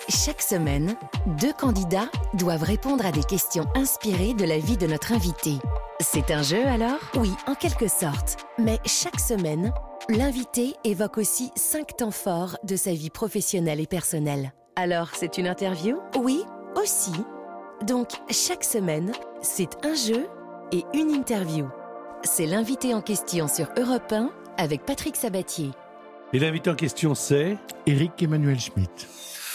Chaque semaine, 2 candidats doivent répondre à des questions inspirées de la vie de notre invité. C'est un jeu alors ? Oui, en quelque sorte. Mais chaque semaine, l'invité évoque aussi 5 temps forts de sa vie professionnelle et personnelle. Alors, c'est une interview ? Oui, aussi. Donc, chaque semaine, c'est un jeu et une interview. C'est l'invité en question sur Europe 1 avec Patrick Sabatier. Et l'invité en question, c'est Éric Emmanuel Schmitt.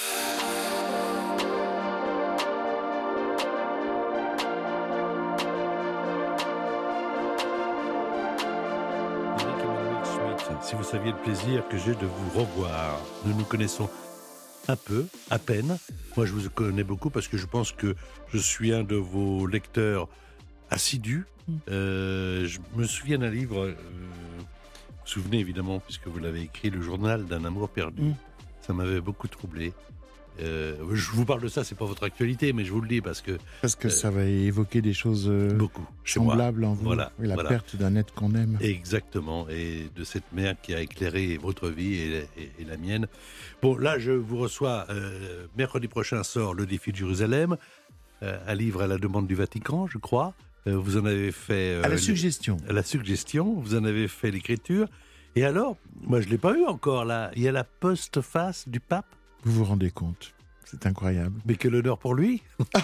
Éric Emmanuel Schmitt. Si vous saviez le plaisir que j'ai de vous revoir, nous nous connaissons un peu, à peine. Moi, je vous connais beaucoup parce que je pense que je suis un de vos lecteurs assidus. Je me souviens d'un livre, vous vous souvenez évidemment, puisque vous l'avez écrit, Le journal d'un amour perdu. Ça m'avait beaucoup troublé. Je vous parle de ça, c'est pas votre actualité, mais je vous le dis parce que ça va évoquer des choses beaucoup chez moi. semblables en vous. Voilà, Oui, la perte d'un être qu'on aime. Exactement, et de cette mère qui a éclairé votre vie et la mienne. Bon, là, je vous reçois. Mercredi prochain sort Le défi de Jérusalem, un livre à la demande du Vatican, je crois. Vous en avez fait... à la suggestion. À la suggestion, vous en avez fait l'écriture. Et alors, moi je ne l'ai pas eu encore là, il y a la postface du pape. Vous vous rendez compte ? C'est incroyable. Mais quel honneur pour lui.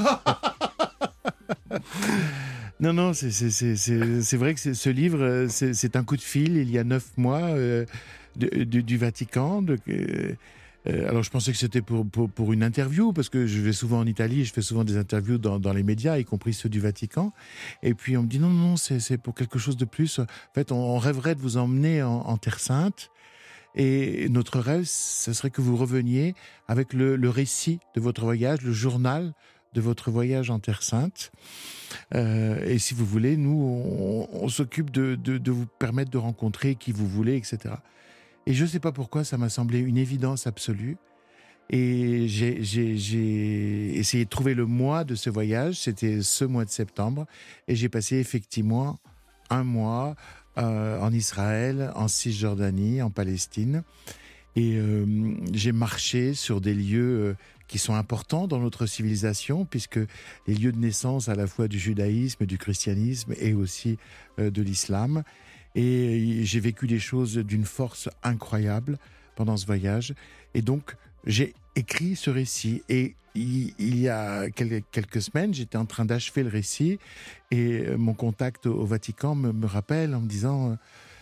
Non, c'est vrai que ce livre, c'est un coup de fil, il y a 9 mois, du Vatican. Alors je pensais que c'était pour une interview, parce que je vais souvent en Italie, je fais souvent des interviews dans les médias, y compris ceux du Vatican. Et puis on me dit non, c'est pour quelque chose de plus. En fait, on rêverait de vous emmener en Terre Sainte. Et notre rêve, ce serait que vous reveniez avec le récit de votre voyage, le journal de votre voyage en Terre Sainte. Et si vous voulez, nous, on s'occupe de vous permettre de rencontrer qui vous voulez, etc. Et je ne sais pas pourquoi, ça m'a semblé une évidence absolue. Et j'ai essayé de trouver le mois de ce voyage, c'était ce mois de septembre. Et j'ai passé effectivement un mois en Israël, en Cisjordanie, en Palestine. Et j'ai marché sur des lieux qui sont importants dans notre civilisation, puisque les lieux de naissance à la fois du judaïsme, du christianisme et aussi de l'islam. Et j'ai vécu des choses d'une force incroyable pendant ce voyage. Et donc, j'ai écrit ce récit. Et il y a quelques semaines, j'étais en train d'achever le récit. Et mon contact au Vatican me rappelle en me disant...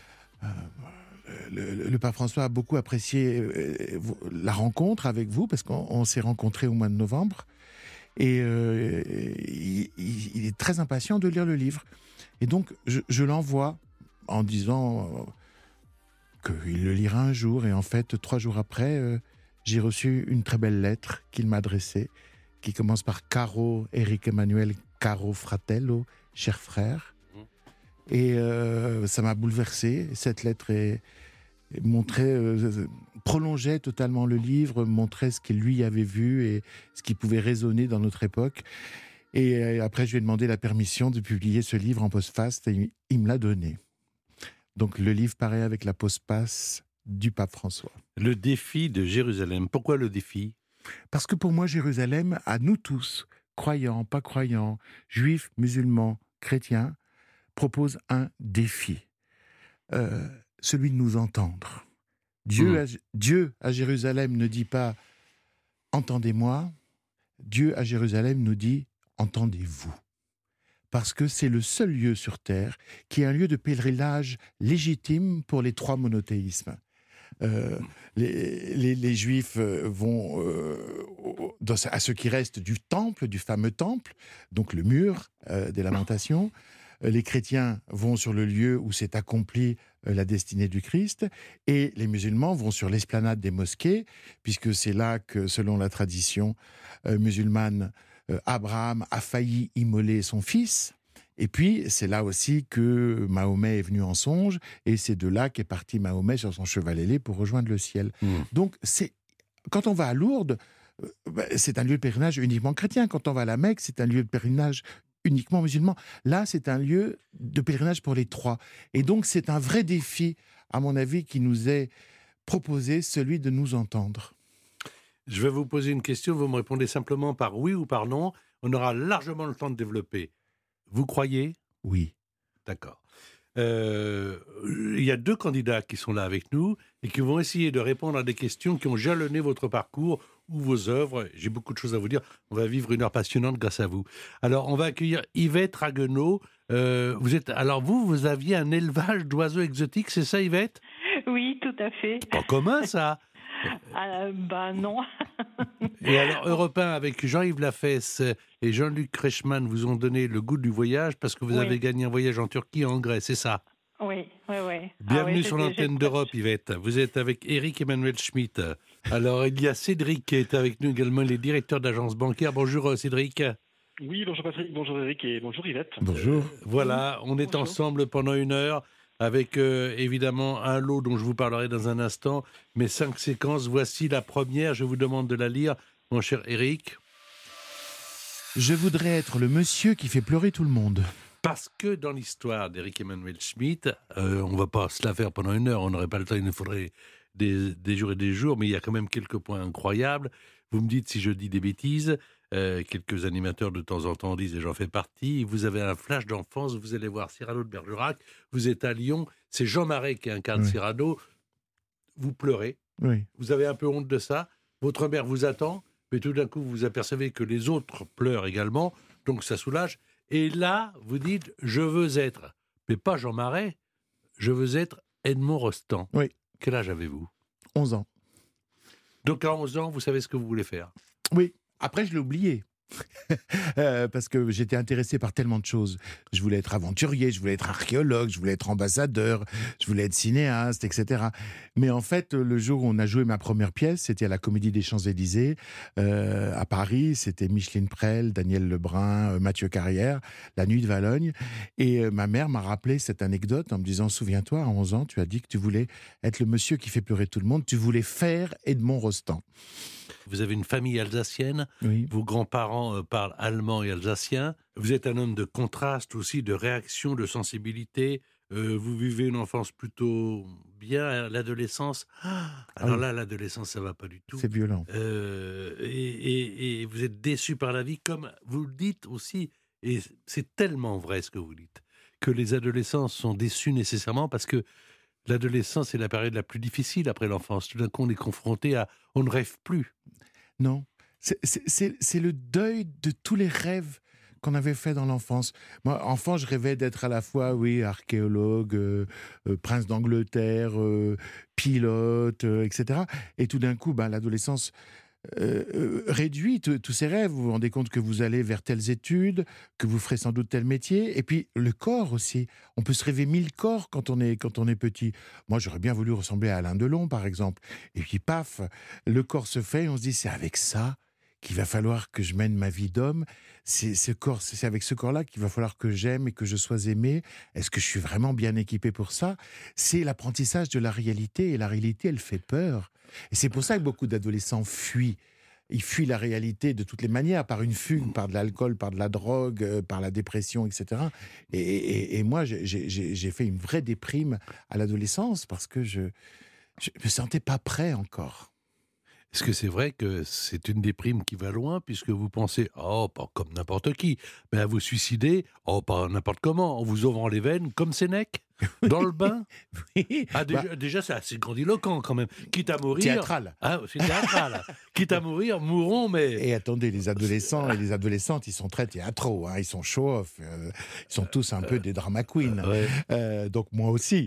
Le pape François a beaucoup apprécié la rencontre avec vous, parce qu'on s'est rencontrés au mois de novembre. Et il est très impatient de lire le livre. Et donc, je l'envoie en disant qu'il le lira un jour. Et en fait, 3 jours après, j'ai reçu une très belle lettre qu'il m'a adressée, qui commence par « Caro Éric Emmanuel, caro fratello », cher frère. Et ça m'a bouleversé. Cette lettre prolongeait totalement le livre, montrait ce qu'il lui avait vu et ce qui pouvait résonner dans notre époque. Et après, je lui ai demandé la permission de publier ce livre en postface et il me l'a donné. Donc le livre paraît avec la postface du pape François. Le défi de Jérusalem. Pourquoi le défi ? Parce que pour moi, Jérusalem, à nous tous, croyants, pas croyants, juifs, musulmans, chrétiens, propose un défi. Celui de nous entendre. Dieu à Jérusalem ne dit pas « entendez-moi », Dieu à Jérusalem nous dit « entendez-vous ». Parce que c'est le seul lieu sur terre qui est un lieu de pèlerinage légitime pour les 3 monothéismes. Les Juifs vont à ce qui reste du temple, du fameux temple, donc le mur des Lamentations. Les chrétiens vont sur le lieu où s'est accomplie la destinée du Christ, et les musulmans vont sur l'esplanade des mosquées, puisque c'est là que, selon la tradition musulmane, Abraham a failli immoler son fils. Et puis, c'est là aussi que Mahomet est venu en songe, et c'est de là qu'est parti Mahomet sur son cheval ailé pour rejoindre le ciel. Donc, quand on va à Lourdes, c'est un lieu de pèlerinage uniquement chrétien. Quand on va à la Mecque, c'est un lieu de pèlerinage uniquement musulman. Là, c'est un lieu de pèlerinage pour les 3. Et donc, c'est un vrai défi, à mon avis, qui nous est proposé, celui de nous entendre. Je vais vous poser une question, vous me répondez simplement par oui ou par non. On aura largement le temps de développer. Vous croyez ? Oui. D'accord. Il y a 2 candidats qui sont là avec nous et qui vont essayer de répondre à des questions qui ont jalonné votre parcours ou vos œuvres. J'ai beaucoup de choses à vous dire. On va vivre une heure passionnante grâce à vous. Alors, on va accueillir Yvette Raguenaud. Vous aviez un élevage d'oiseaux exotiques, c'est ça, Yvette ? Oui, tout à fait. C'est pas commun, ça. Non. Et alors, Europe 1, avec Jean-Yves Lafesse et Jean-Luc Kretschmann vous ont donné le goût du voyage parce que vous avez gagné un voyage en Turquie et en Grèce, c'est ça ? Oui. Bienvenue sur l'antenne d'Europe, Yvette. Vous êtes avec Éric Emmanuel Schmitt. Alors, il y a Cédric qui est avec nous également, les directeurs d'agence bancaire. Bonjour Cédric. Oui, bonjour Patrick, bonjour Éric et bonjour Yvette. Bonjour. Voilà, on est ensemble pendant 1 heure avec évidemment un lot dont je vous parlerai dans un instant, mais 5 séquences. Voici la première, je vous demande de la lire, mon cher Éric. Je voudrais être le monsieur qui fait pleurer tout le monde. Parce que dans l'histoire d'Éric Emmanuel Schmitt, on ne va pas se la faire pendant 1 heure, on n'aurait pas le temps, il nous faudrait des jours et des jours, mais il y a quand même quelques points incroyables. Vous me dites si je dis des bêtises, quelques animateurs de temps en temps disent, et j'en fais partie, vous avez un flash d'enfance, vous allez voir Cyrano de Bergerac, vous êtes à Lyon, c'est Jean Marais qui incarne Cyrano, vous pleurez, vous avez un peu honte de ça, votre mère vous attend, mais tout d'un coup vous vous apercevez que les autres pleurent également, donc ça soulage, et là vous dites, je veux être, mais pas Jean Marais, je veux être Edmond Rostand. Oui. Quel âge avez-vous ? 11 ans. Donc à 11 ans, vous savez ce que vous voulez faire ? Oui. Après, je l'ai oublié. Parce que j'étais intéressé par tellement de choses. Je voulais être aventurier, je voulais être archéologue, je voulais être ambassadeur, je voulais être cinéaste, etc. Mais en fait, le jour où on a joué ma première pièce, c'était à la Comédie des Champs-Élysées, à Paris. C'était Micheline Prel, Daniel Lebrun, Mathieu Carrière, La Nuit de Valognes. Et ma mère m'a rappelé cette anecdote en me disant, souviens-toi, à 11 ans, tu as dit que tu voulais être le monsieur qui fait pleurer tout le monde, tu voulais faire Edmond Rostand. Vous avez une famille alsacienne, vos grands-parents parlent allemand et alsacien, vous êtes un homme de contraste aussi, de réaction, de sensibilité, vous vivez une enfance plutôt bien, l'adolescence, l'adolescence ça va pas du tout. C'est violent. Et vous êtes déçu par la vie, comme vous le dites aussi, et c'est tellement vrai ce que vous dites, que les adolescents sont déçus nécessairement parce que l'adolescence est la période la plus difficile après l'enfance. Tout d'un coup, on est confronté à... On ne rêve plus. Non. C'est le deuil de tous les rêves qu'on avait fait dans l'enfance. Moi, enfant, je rêvais d'être à la fois, archéologue, prince d'Angleterre, pilote, etc. Et tout d'un coup, l'adolescence... réduit tous ces rêves. Vous vous rendez compte que vous allez vers telles études, que vous ferez sans doute tel métier, et puis le corps aussi. On peut se rêver 1000 corps quand on est petit. Moi, j'aurais bien voulu ressembler à Alain Delon, par exemple. Et puis, paf, le corps se fait, et on se dit, c'est avec ça qu'il va falloir que je mène ma vie d'homme. C'est avec ce corps-là qu'il va falloir que j'aime et que je sois aimé. Est-ce que je suis vraiment bien équipé pour ça ? C'est l'apprentissage de la réalité, et la réalité, elle fait peur. Et c'est pour ça que beaucoup d'adolescents fuient. Ils fuient la réalité de toutes les manières, par une fugue, par de l'alcool, par de la drogue, par la dépression, etc. Et moi, j'ai fait une vraie déprime à l'adolescence parce que je me sentais pas prêt encore. Est-ce que c'est vrai que c'est une déprime qui va loin, puisque vous pensez, pas comme n'importe qui, mais à vous suicider, pas n'importe comment, en vous ouvrant les veines, comme Sénèque, dans le bain ? Oui. Déjà, c'est assez grandiloquent quand même. Quitte à mourir... Théâtral. C'est théâtral. Quitte à mourir, mourons, mais... Et attendez, les adolescents et les adolescentes, ils sont très théâtraux, ils sont show-off, ils sont tous un peu des drama queens. Donc moi aussi.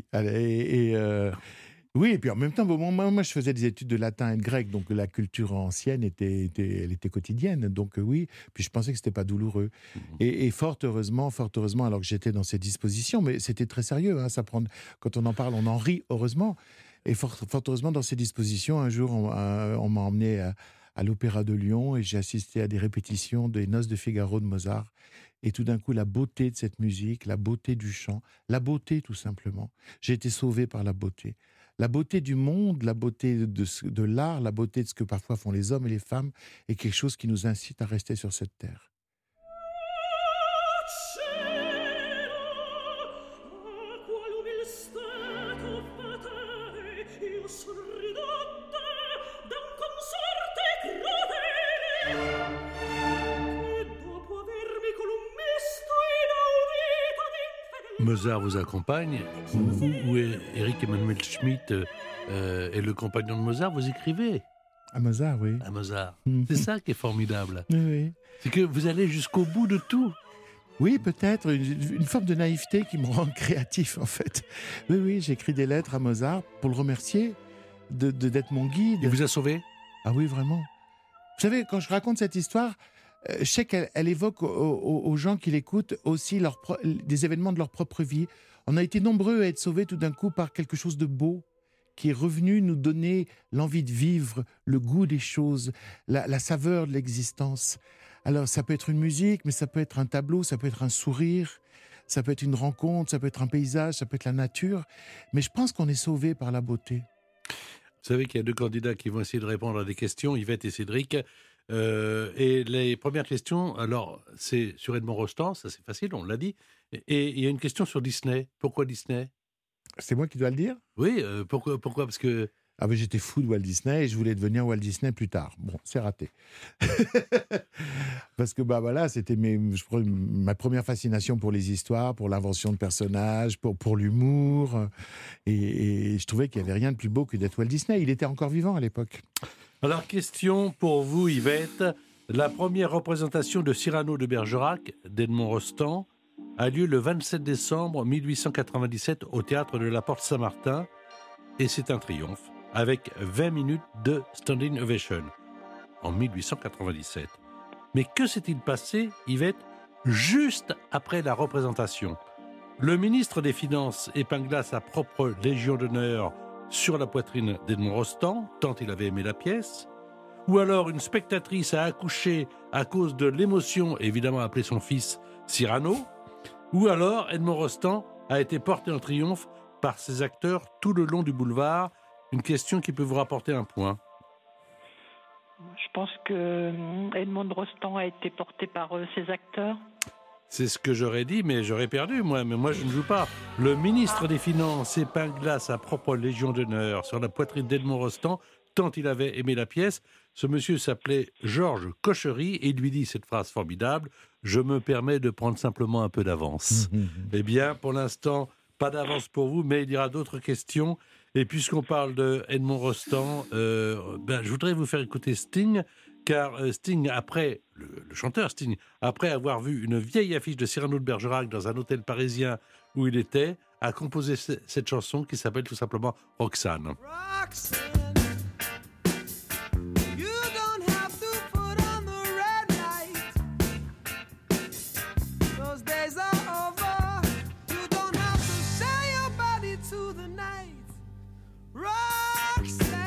Oui, et puis en même temps, moi je faisais des études de latin et de grec, donc la culture ancienne elle était quotidienne, donc oui, puis je pensais que c'était pas douloureux. Et fort heureusement, alors que j'étais dans ces dispositions, mais c'était très sérieux, ça prend, quand on en parle, on en rit, heureusement. Et fort heureusement, dans ces dispositions, un jour, on m'a emmené à l'Opéra de Lyon et j'ai assisté à des répétitions des Noces de Figaro de Mozart. Et tout d'un coup, la beauté de cette musique, la beauté du chant, la beauté tout simplement. J'ai été sauvé par la beauté. La beauté du monde, la beauté de l'art, la beauté de ce que parfois font les hommes et les femmes est quelque chose qui nous incite à rester sur cette terre. Mozart vous accompagne, ou Éric Emmanuel Schmitt est le compagnon de Mozart, vous écrivez À Mozart, oui. à Mozart. C'est ça qui est formidable. Oui, oui. C'est que vous allez jusqu'au bout de tout. Oui, peut-être, une forme de naïveté qui me rend créatif, en fait. Oui, oui, j'écris des lettres à Mozart pour le remercier d'être mon guide. Il vous a sauvé? Ah oui, vraiment. Vous savez, quand je raconte cette histoire, je sais qu'elle évoque aux gens qui l'écoutent aussi des événements de leur propre vie. On a été nombreux à être sauvés tout d'un coup par quelque chose de beau qui est revenu nous donner l'envie de vivre, le goût des choses, la saveur de l'existence. Alors, ça peut être une musique, mais ça peut être un tableau, ça peut être un sourire, ça peut être une rencontre, ça peut être un paysage, ça peut être la nature. Mais je pense qu'on est sauvés par la beauté. Vous savez qu'il y a deux candidats qui vont essayer de répondre à des questions, Yvette et Cédric. Et les premières questions, alors, c'est sur Edmond Rostand, ça c'est facile, on l'a dit. Et il y a une question sur Disney. Pourquoi Disney? C'est moi qui dois le dire ? Oui, pourquoi? Parce que... Ah ben j'étais fou de Walt Disney et je voulais devenir Walt Disney plus tard. Bon, c'est raté. Parce que bah voilà, c'était ma première fascination pour les histoires, pour l'invention de personnages, pour l'humour. Et je trouvais qu'il n'y avait rien de plus beau que d'être Walt Disney. Il était encore vivant à l'époque. Alors, question pour vous, Yvette. La première représentation de Cyrano de Bergerac, d'Edmond Rostand, a lieu le 27 décembre 1897 au théâtre de la Porte Saint-Martin. Et c'est un triomphe, avec 20 minutes de standing ovation en 1897. Mais que s'est-il passé, Yvette, juste après la représentation? Le ministre des Finances épingla sa propre Légion d'honneur sur la poitrine d'Edmond Rostand, tant il avait aimé la pièce, ou alors une spectatrice a accouché à cause de l'émotion, évidemment appelé son fils Cyrano, ou alors Edmond Rostand a été porté en triomphe par ses acteurs tout le long du boulevard. Une question qui peut vous rapporter un point. Je pense que Edmond Rostand a été porté par ses acteurs. C'est ce que j'aurais dit, mais j'aurais perdu, moi. Mais moi, je ne joue pas. Le ministre des Finances épingla sa propre Légion d'honneur sur la poitrine d'Edmond Rostand, tant il avait aimé la pièce. Ce monsieur s'appelait Georges Cochery et il lui dit cette phrase formidable: « Je me permets de prendre simplement un peu d'avance. » Eh bien, pour l'instant, pas d'avance pour vous, mais il y aura d'autres questions. Et puisqu'on parle de Edmond Rostand, je voudrais vous faire écouter Sting, car Sting, après, le chanteur Sting, après avoir vu une vieille affiche de Cyrano de Bergerac dans un hôtel parisien où il était, a composé cette chanson qui s'appelle tout simplement Roxane. Roxane, you don't have to put on the red light. Those days are over. You don't have to sell your body to the night. Roxane,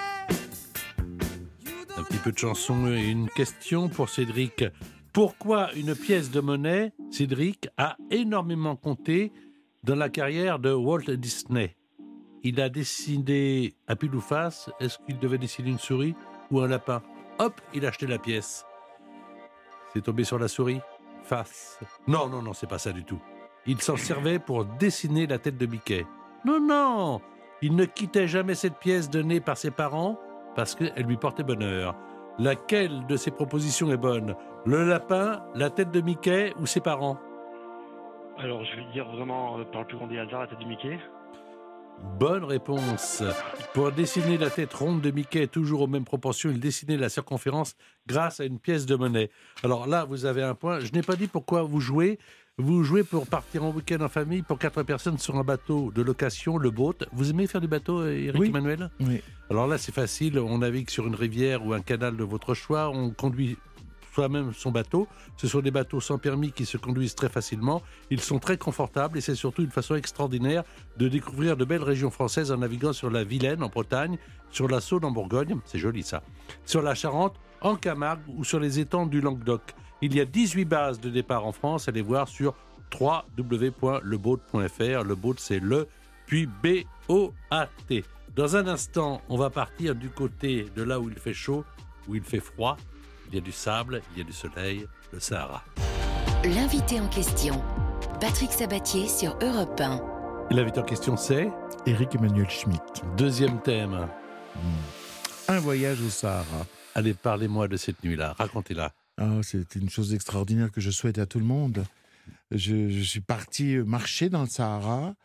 Un petit peu de chanson et une question pour Cédric. Pourquoi une pièce de monnaie, Cédric, a énormément compté dans la carrière de Walt Disney? Il a dessiné à pile ou face. Est-ce qu'il devait dessiner une souris ou un lapin? Hop, il a acheté la pièce. C'est tombé sur la souris? Face. Non, c'est pas ça du tout. Il s'en servait pour dessiner la tête de Mickey. Non, il ne quittait jamais cette pièce donnée par ses parents parce qu'elle lui portait bonheur. Laquelle de ces propositions est bonne? Le lapin, la tête de Mickey ou ses parents? Alors, je vais dire vraiment, par le plus grand des hasards, la tête du Mickey. Bonne réponse. Pour dessiner la tête ronde de Mickey, toujours aux mêmes proportions, il dessinait la circonférence grâce à une pièce de monnaie. Alors là, vous avez un point. Je n'ai pas dit pourquoi vous jouez. Vous jouez pour partir en week-end en famille pour 4 personnes sur un bateau de location, le boat. Vous aimez faire du bateau, Éric Oui. Emmanuel? Oui. Alors là, c'est facile. On navigue sur une rivière ou un canal de votre choix. On conduit soi-même son bateau. Ce sont des bateaux sans permis qui se conduisent très facilement. Ils sont très confortables et c'est surtout une façon extraordinaire de découvrir de belles régions françaises en naviguant sur la Vilaine en Bretagne, sur la Saône en Bourgogne, c'est joli ça, sur la Charente, en Camargue ou sur les étangs du Languedoc. Il y a 18 bases de départ en France. Allez voir sur www.leboat.fr. Le boat, c'est le, puis B-O-A-T. Dans un instant, on va partir du côté de là où il fait chaud, où il fait froid. Il y a du sable, il y a du soleil, le Sahara. L'invité en question, Patrick Sabatier sur Europe 1. L'invité en question, c'est Éric Emmanuel Schmitt. deuxième thème. Un voyage au Sahara. Allez, parlez-moi de cette nuit-là, racontez-la. C'est une chose extraordinaire que je souhaite à tout le monde. Je suis parti marcher dans le Sahara.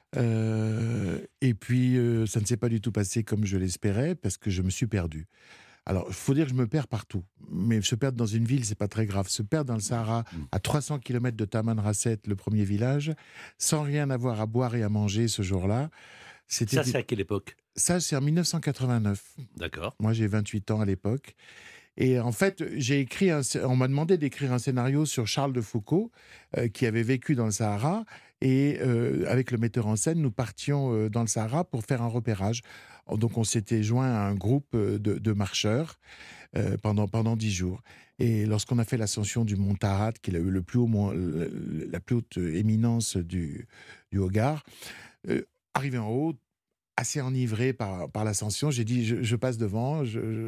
Et puis, ça ne s'est pas du tout passé comme je l'espérais parce que je me suis perdu. Alors, il faut dire que je me perds partout. Mais se perdre dans une ville, c'est pas très grave. Se perdre dans le Sahara, à 300 km de Tamanrasset, le premier village, sans rien avoir à boire et à manger ce jour-là. Ça, c'est à quelle époque? Ça, c'est en 1989. D'accord. Moi, j'ai 28 ans à l'époque. Et en fait, on m'a demandé d'écrire un scénario sur Charles de Foucault, qui avait vécu dans le Sahara. Et avec le metteur en scène, nous partions dans le Sahara pour faire un repérage. Donc, on s'était joint à un groupe de marcheurs pendant 10 jours. Et lorsqu'on a fait l'ascension du mont Tahat, qui est la plus haute éminence du Hogar, arrivé en haut, assez enivré par l'ascension, j'ai dit je passe devant.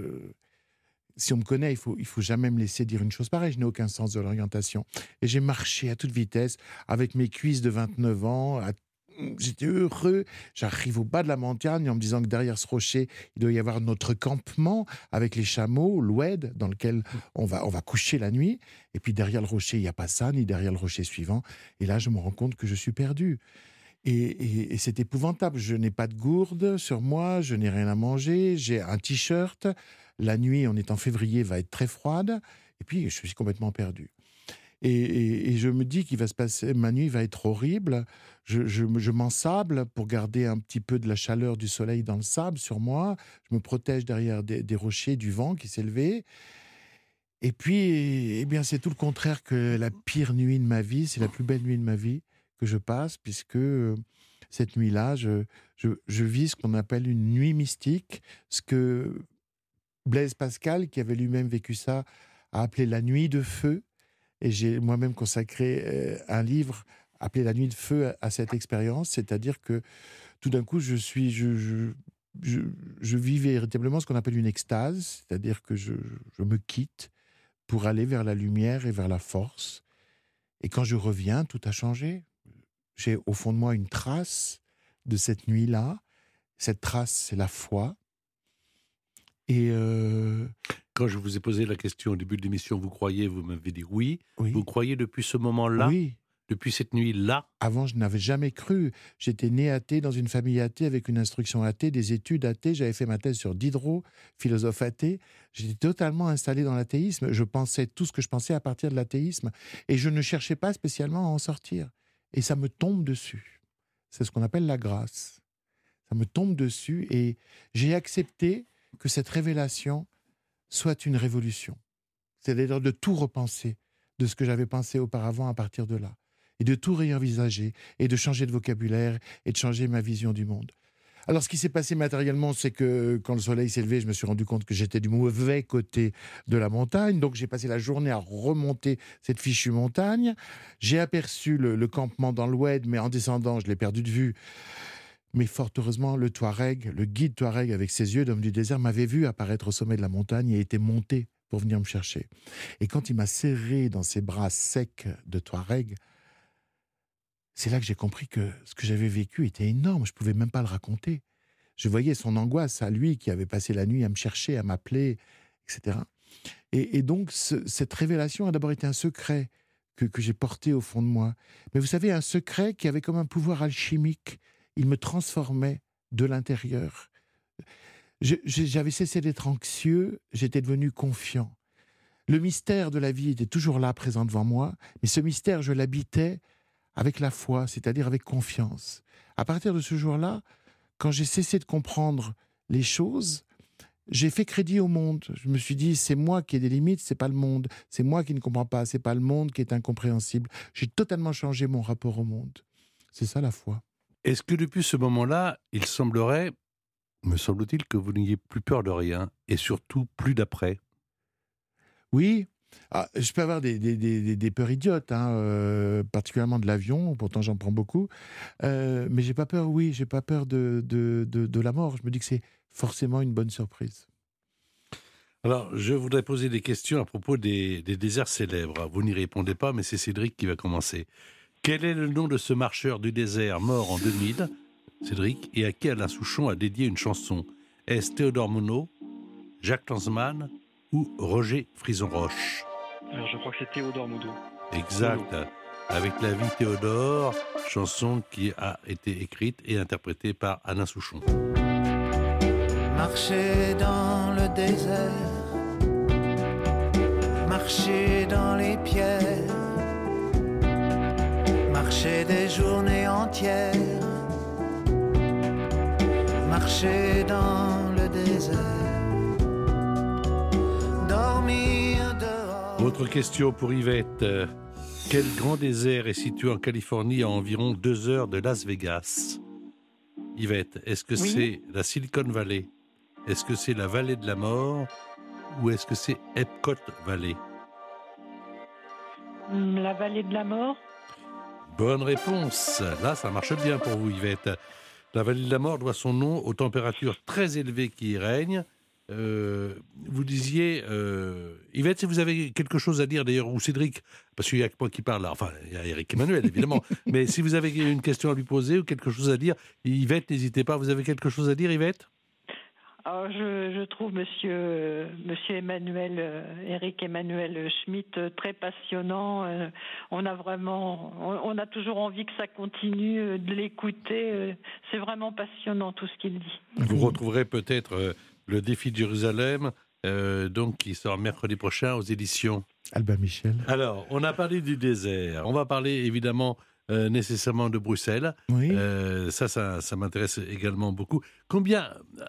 Si on me connaît, il faut jamais me laisser dire une chose pareille. Je n'ai aucun sens de l'orientation. Et j'ai marché à toute vitesse avec mes cuisses de 29 ans. J'étais heureux. J'arrive au bas de la montagne en me disant que derrière ce rocher, il doit y avoir notre campement avec les chameaux, l'oued, dans lequel on va coucher la nuit. Et puis derrière le rocher, il n'y a pas ça, ni derrière le rocher suivant. Et là, je me rends compte que je suis perdu. Et c'est épouvantable. Je n'ai pas de gourde sur moi, je n'ai rien à manger, j'ai un t-shirt. La nuit, on est en février, va être très froide. Et puis, je suis complètement perdu. Et je me dis qu'il va se passer, ma nuit va être horrible. Je m'ensable pour garder un petit peu de la chaleur du soleil dans le sable sur moi. Je me protège derrière des rochers, du vent qui s'est levé. Et puis, eh bien, c'est tout le contraire que la pire nuit de ma vie. C'est la plus belle nuit de ma vie que je passe, puisque cette nuit-là, je vis ce qu'on appelle une nuit mystique, ce que Blaise Pascal, qui avait lui-même vécu ça, a appelé la nuit de feu. Et j'ai moi-même consacré un livre appelé La nuit de feu à cette expérience. C'est-à-dire que tout d'un coup, je vis véritablement ce qu'on appelle une extase. C'est-à-dire que je me quitte pour aller vers la lumière et vers la force. Et quand je reviens, tout a changé. J'ai au fond de moi une trace de cette nuit-là. Cette trace, c'est la foi. Et quand je vous ai posé la question au début de l'émission, vous croyez, vous m'avez dit oui. Oui. Vous croyez depuis ce moment-là? Oui. Depuis cette nuit-là? Avant, je n'avais jamais cru. J'étais né athée, dans une famille athée, avec une instruction athée, des études athées. J'avais fait ma thèse sur Diderot, philosophe athée. J'étais totalement installé dans l'athéisme. Je pensais tout ce que je pensais à partir de l'athéisme. Et je ne cherchais pas spécialement à en sortir. Et ça me tombe dessus. C'est ce qu'on appelle la grâce. Ça me tombe dessus et j'ai accepté que cette révélation soit une révolution. C'est-à-dire de tout repenser de ce que j'avais pensé auparavant à partir de là. Et de tout réenvisager, et de changer de vocabulaire, et de changer ma vision du monde. Alors, ce qui s'est passé matériellement, c'est que quand le soleil s'est levé, je me suis rendu compte que j'étais du mauvais côté de la montagne. Donc, j'ai passé la journée à remonter cette fichue montagne. J'ai aperçu le campement dans l'Oued, mais en descendant, je l'ai perdu de vue. Mais fort heureusement, le guide Touareg, avec ses yeux d'homme du désert, m'avait vu apparaître au sommet de la montagne et était monté pour venir me chercher. Et quand il m'a serré dans ses bras secs de Touareg, c'est là que j'ai compris que ce que j'avais vécu était énorme. Je ne pouvais même pas le raconter. Je voyais son angoisse à lui qui avait passé la nuit à me chercher, à m'appeler, etc. Et donc, cette révélation a d'abord été un secret que j'ai porté au fond de moi. Mais vous savez, un secret qui avait comme un pouvoir alchimique. Il me transformait de l'intérieur. J'avais cessé d'être anxieux, j'étais devenu confiant. Le mystère de la vie était toujours là, présent devant moi, mais ce mystère, je l'habitais avec la foi, c'est-à-dire avec confiance. À partir de ce jour-là, quand j'ai cessé de comprendre les choses, j'ai fait crédit au monde. Je me suis dit, c'est moi qui ai des limites, c'est pas le monde. C'est moi qui ne comprends pas, c'est pas le monde qui est incompréhensible. J'ai totalement changé mon rapport au monde. C'est ça la foi. Est-ce que depuis ce moment-là, il semblerait, me semble-t-il, que vous n'ayez plus peur de rien, et surtout plus d'après? Oui. Je peux avoir des peurs idiotes, particulièrement de l'avion, pourtant j'en prends beaucoup. Mais j'ai pas peur, j'ai pas peur de la mort. Je me dis que c'est forcément une bonne surprise. Alors, je voudrais poser des questions à propos des déserts célèbres. Vous n'y répondez pas, mais c'est Cédric qui va commencer. Quel est le nom de ce marcheur du désert mort en 2000, Cédric, et à qui Alain Souchon a dédié une chanson? Est-ce Théodore Monod, Jacques Lanzmann ou Roger Frison-Roche? Alors je crois que c'est Théodore Monod. Exact. avec La vie Théodore, chanson qui a été écrite et interprétée par Alain Souchon. Marcher dans le désert, marcher dans les pierres, marcher des journées entières, marcher dans le désert, dormir dehors. Autre question pour Yvette. Quel grand désert est situé en Californie à environ 2 heures de Las Vegas? Yvette, est-ce que c'est la Silicon Valley? Est-ce que c'est la vallée de la mort? Ou est-ce que c'est Epcot Valley? La vallée de la mort. Bonne réponse. Là, ça marche bien pour vous, Yvette. La vallée de la mort doit son nom aux températures très élevées qui y règnent. Vous disiez, Yvette, si vous avez quelque chose à dire d'ailleurs, ou Cédric, parce qu'il n'y a que moi qui parle là, enfin il y a Eric Emmanuel évidemment, mais si vous avez une question à lui poser ou quelque chose à dire, Yvette, n'hésitez pas, vous avez quelque chose à dire, Yvette? Alors, je trouve monsieur Emmanuel, Eric Emmanuel Schmitt très passionnant. On a toujours envie que ça continue de l'écouter. C'est vraiment passionnant tout ce qu'il dit. Vous retrouverez peut-être le défi de Jérusalem, donc qui sort mercredi prochain aux éditions Albin Michel. Alors, on a parlé du désert. On va parler évidemment nécessairement de Bruxelles. Oui. Ça m'intéresse également beaucoup. Combien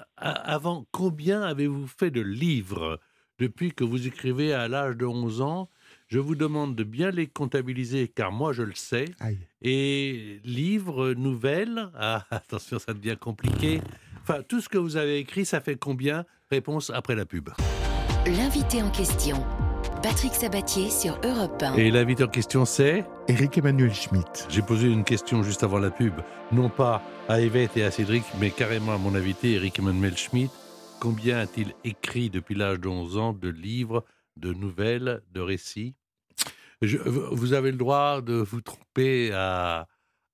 avez-vous fait de livres depuis que vous écrivez à l'âge de 11 ans? Je vous demande de bien les comptabiliser, car moi, je le sais. Aïe. Et livres, nouvelles, attention, ça devient compliqué. Enfin, tout ce que vous avez écrit, ça fait combien? Réponse après la pub. L'invité en question, Patrick Sabatier sur Europe 1. Et l'invité en question, c'est Eric Emmanuel Schmitt. J'ai posé une question juste avant la pub, non pas à Yvette et à Cédric, mais carrément à mon invité, Eric Emmanuel Schmitt. Combien a-t-il écrit depuis l'âge de 11 ans de livres, de nouvelles, de récits? Vous avez le droit de vous tromper à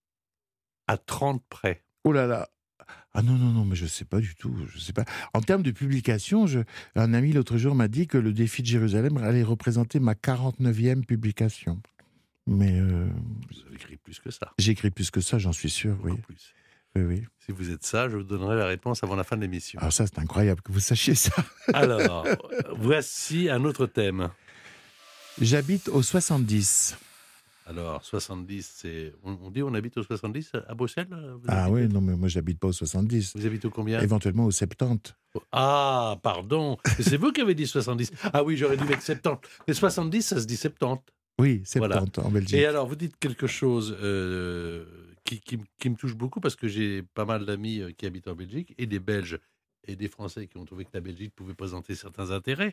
30 près. Oh là là. Ah non, mais je ne sais pas du tout. Je sais pas. En termes de publication, un ami l'autre jour m'a dit que le défi de Jérusalem allait représenter ma 49e publication. Mais Vous avez écrit plus que ça. j'ai écrit plus que ça, j'en suis sûr, oui. Beaucoup plus. Oui. Si vous êtes sage, je vous donnerai la réponse avant la fin de l'émission. Alors ça, c'est incroyable que vous sachiez ça. Alors, voici un autre thème. J'habite au 70. Alors, 70, c'est... On dit on habite au 70 à Bruxelles? Ah oui, non, mais moi, j'habite pas au 70. Vous habitez au combien? Éventuellement au 70. Ah, pardon. C'est vous qui avez dit 70. Ah oui, j'aurais dû mettre 70. Mais 70, ça se dit 70. Oui, 70 Voilà. en Belgique. Et alors, vous dites quelque chose qui me touche beaucoup, parce que j'ai pas mal d'amis qui habitent en Belgique, et des Belges et des Français qui ont trouvé que la Belgique pouvait présenter certains intérêts.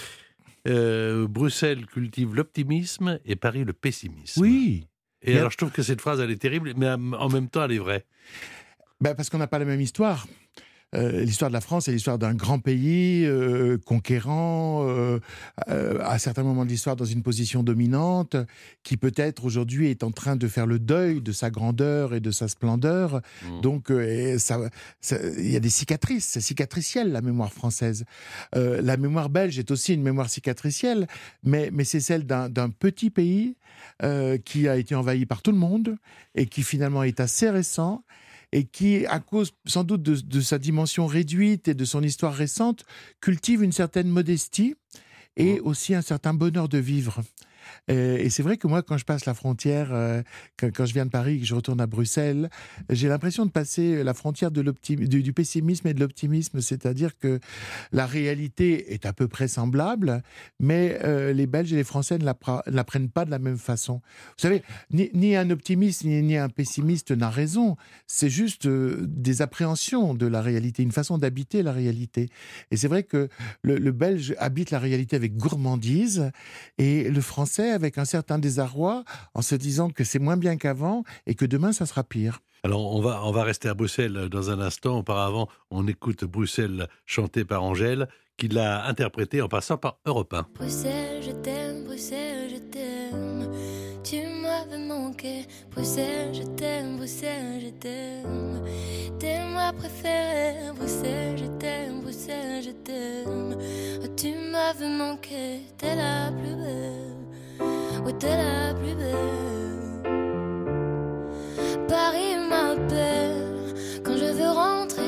Bruxelles cultive l'optimisme et Paris le pessimisme. Oui. Et Mais- alors, je trouve que cette phrase, elle est terrible, mais en même temps, elle est vraie. Parce qu'on n'a pas la même histoire. L'histoire de la France est l'histoire d'un grand pays conquérant, à certains moments de l'histoire dans une position dominante, qui peut-être aujourd'hui est en train de faire le deuil de sa grandeur et de sa splendeur. Donc il y a des cicatrices, c'est cicatriciel la mémoire française. La mémoire belge est aussi une mémoire cicatricielle, mais c'est celle d'un petit pays qui a été envahi par tout le monde et qui finalement est assez récent, et qui, à cause sans doute de sa dimension réduite et de son histoire récente, cultive une certaine modestie et aussi un certain bonheur de vivre. Et c'est vrai que moi, quand je passe la frontière, quand je viens de Paris et que je retourne à Bruxelles, j'ai l'impression de passer la frontière du pessimisme et de l'optimisme, c'est-à-dire que la réalité est à peu près semblable, mais les Belges et les Français ne la prennent pas de la même façon. Vous savez, ni un optimiste ni un pessimiste n'a raison, c'est juste des appréhensions de la réalité, une façon d'habiter la réalité. Et c'est vrai que le Belge habite la réalité avec gourmandise, et le Français avec un certain désarroi, en se disant que c'est moins bien qu'avant et que demain ça sera pire. Alors, on va rester à Bruxelles dans un instant. Auparavant, on écoute Bruxelles chantée par Angèle, qui l'a interprétée en passant par Europe 1. Bruxelles, je t'aime, Bruxelles, je t'aime. Tu m'avais manqué. Bruxelles, je t'aime, Bruxelles, je t'aime. T'es ma préférée. Bruxelles, je t'aime, Bruxelles, je t'aime. Oh, tu m'avais manqué. T'es la plus belle. Oui, t'es la plus belle.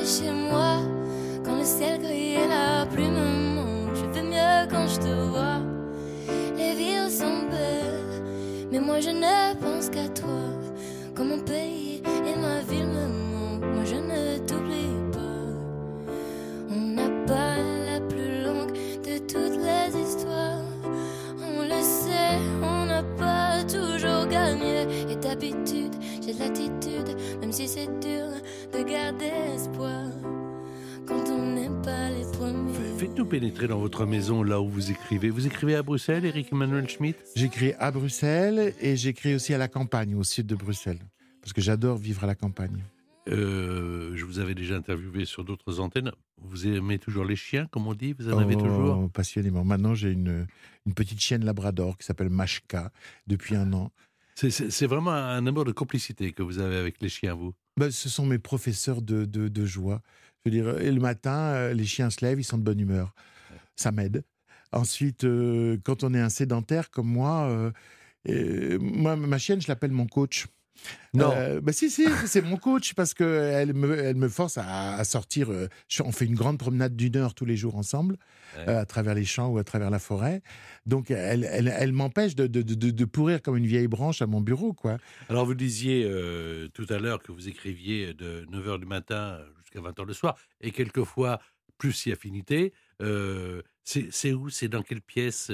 chez moi. Quand le ciel gris et la pluie me manquent, je vais mieux quand je te vois. Les villes sont belles, mais moi je ne pense qu'à toi. Quand mon pays et ma ville me manquent, moi je ne t'oublie pas. On n'a pas la plus longue de toutes les histoires. On le sait, on n'a pas toujours gagné. Et d'habitude, j'ai de l'attitude, même si c'est dur de garder espoir quand on n'est pas les premiers. Faites-nous pénétrer dans votre maison, là où vous écrivez. Vous écrivez à Bruxelles, Éric Emmanuel Schmitt? J'écris à Bruxelles et j'écris aussi à la campagne, au sud de Bruxelles. Parce que j'adore vivre à la campagne. Je vous avais déjà interviewé sur d'autres antennes. Vous aimez toujours les chiens, comme on dit? Vous en avez toujours? Passionnément. Maintenant, j'ai une petite chienne labrador qui s'appelle Mashka depuis 1 an. C'est vraiment un amour de complicité que vous avez avec les chiens, vous? Ce sont mes professeurs de joie. Je veux dire, et le matin, les chiens se lèvent, ils sont de bonne humeur. Ça m'aide. Ensuite, quand on est un sédentaire comme moi, ma chienne, je l'appelle mon coach. Non. Si, c'est mon coach parce qu'elle me force à sortir. On fait une grande promenade d'1 heure tous les jours ensemble, à travers les champs ou à travers la forêt. Donc, elle m'empêche de pourrir comme une vieille branche à mon bureau, quoi. Alors, vous disiez tout à l'heure que vous écriviez de 9h du matin jusqu'à 20h le soir, et quelquefois plus si affinité. C'est où? C'est dans quelle pièce?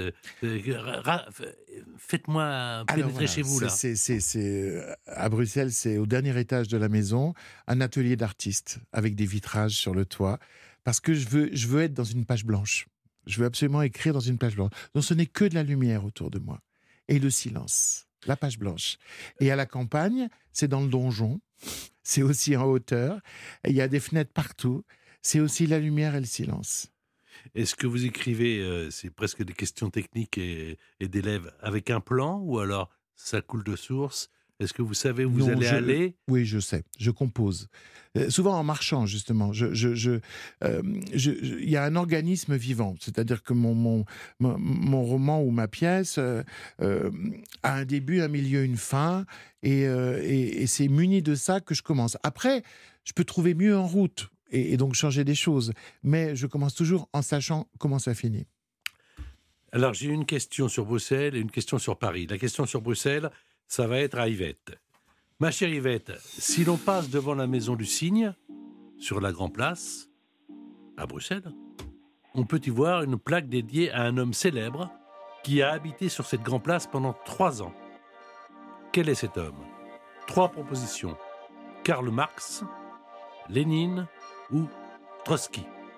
Faites-moi pénétrer chez vous, là. C'est à Bruxelles, c'est au dernier étage de la maison, un atelier d'artiste avec des vitrages sur le toit, parce que je veux être dans une page blanche. Je veux absolument écrire dans une page blanche. Donc ce n'est que de la lumière autour de moi. Et le silence, la page blanche. Et à la campagne, c'est dans le donjon, c'est aussi en hauteur, et il y a des fenêtres partout, c'est aussi la lumière et le silence. Est-ce que vous écrivez, c'est presque des questions techniques et d'élèves, avec un plan, ou alors ça coule de source? Est-ce que vous savez où vous allez aller? Oui, je sais. Je compose. Souvent en marchant, justement. Il y a un organisme vivant. C'est-à-dire que mon roman ou ma pièce a un début, un milieu, une fin. Et c'est muni de ça que je commence. Après, je peux trouver mieux en route. Et donc changer des choses. Mais je commence toujours en sachant comment ça finit. Alors, j'ai une question sur Bruxelles et une question sur Paris. La question sur Bruxelles, ça va être à Yvette. Ma chère Yvette, si l'on passe devant la Maison du Cygne, sur la Grand Place, à Bruxelles, on peut y voir une plaque dédiée à un homme célèbre qui a habité sur cette Grand Place pendant 3 ans. Quel est cet homme? 3 propositions. Karl Marx, Lénine ou Trotsky?